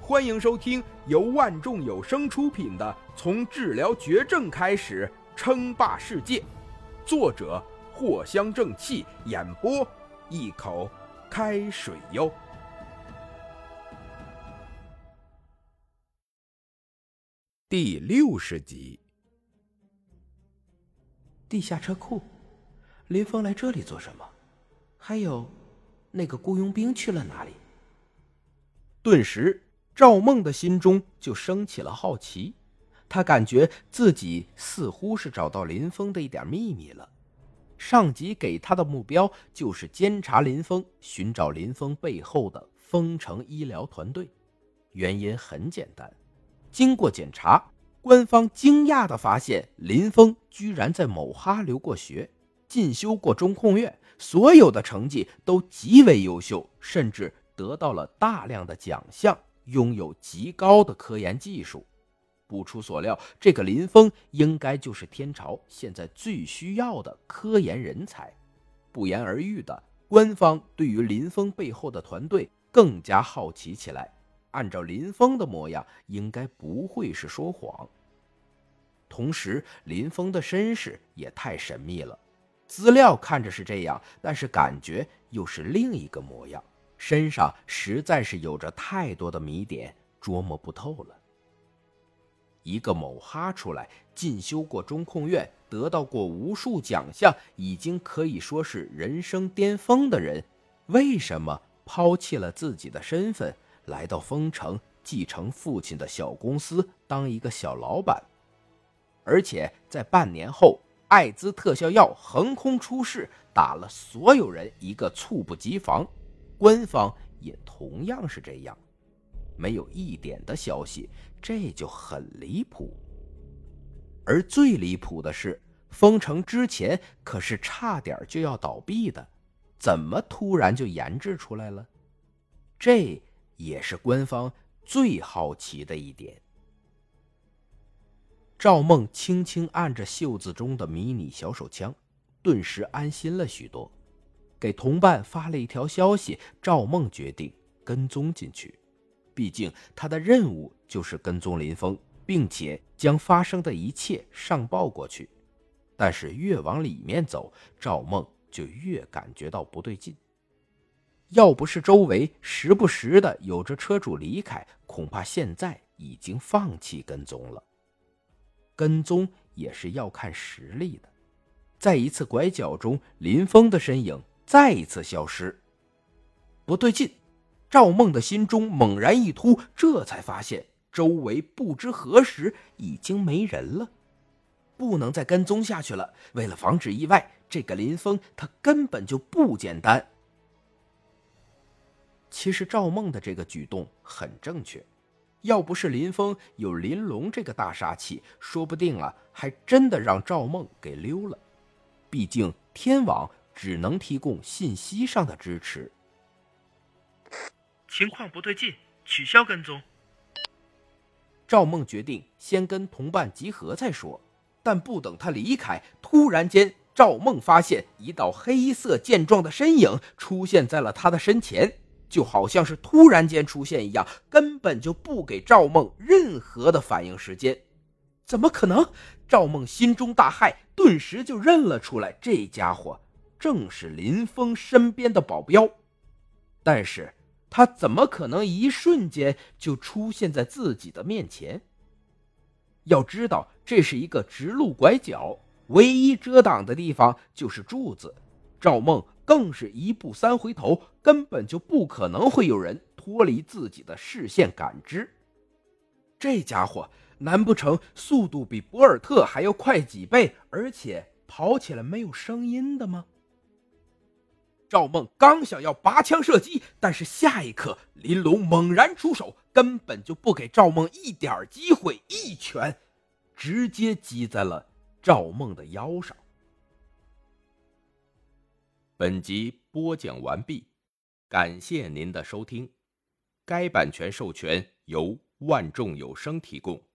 欢迎收听由万众有声出品的《从治疗绝症开始称霸世界》，作者藿香正气，演播一口开水哟。第60集。 地下车库，林峰来这里做什么？还有，那个雇佣兵去了哪里？顿时，赵梦的心中就升起了好奇。他感觉自己似乎是找到林峰的一点秘密了。上级给他的目标就是监察林峰，寻找林峰背后的丰城医疗团队。原因很简单，经过检查，官方惊讶地发现林峰居然在某哈留过学，进修过中控院，所有的成绩都极为优秀，甚至得到了大量的奖项，拥有极高的科研技术。不出所料，这个林峰应该就是天朝现在最需要的科研人才。不言而喻的，官方对于林峰背后的团队更加好奇起来。按照林峰的模样，应该不会是说谎。同时，林峰的身世也太神秘了，资料看着是这样，但是感觉又是另一个模样，身上实在是有着太多的谜点，捉摸不透了。一个某哈出来，进修过中控院，得到过无数奖项，已经可以说是人生巅峰的人，为什么抛弃了自己的身份，来到丰城继承父亲的小公司当一个小老板？而且在半年后，艾滋特效药横空出世，打了所有人一个猝不及防。官方也同样是这样，没有一点的消息，这就很离谱。而最离谱的是，丰城之前可是差点就要倒闭的，怎么突然就研制出来了？这也是官方最好奇的一点。赵梦轻轻按着袖子中的迷你小手枪，顿时安心了许多。给同伴发了一条消息，赵梦决定跟踪进去。毕竟他的任务就是跟踪林峰，并且将发生的一切上报过去。但是越往里面走，赵梦就越感觉到不对劲。要不是周围时不时的有着车主离开，恐怕现在已经放弃跟踪了。跟踪也是要看实力的。在一次拐角中，林峰的身影再一次消失。不对劲，赵梦的心中猛然一突，这才发现周围不知何时已经没人了。不能再跟踪下去了，为了防止意外，这个林峰他根本就不简单。其实赵梦的这个举动很正确，要不是林峰有林龙这个大杀器，说不定还真的让赵梦给溜了。毕竟天网只能提供信息上的支持。 情况不对劲，取消跟踪。 赵梦决定先跟同伴集合再说，但不等他离开，突然间赵梦发现一道黑色健壮的身影出现在了他的身前，就好像是突然间出现一样，根本就不给赵梦任何的反应时间。怎么可能？赵梦心中大骇，顿时就认了出来，这家伙正是林峰身边的保镖。但是他怎么可能一瞬间就出现在自己的面前？要知道，这是一个直路拐角，唯一遮挡的地方就是柱子。赵梦更是一步三回头，根本就不可能会有人脱离自己的视线感知。这家伙难不成速度比博尔特还要快几倍，而且跑起来没有声音的吗？赵梦刚想要拔枪射击，但是下一刻林龙猛然出手，根本就不给赵梦一点机会，一拳直接击在了赵梦的腰上。 本集播讲完毕，感谢您的收听。该版权授权由万众有声提供。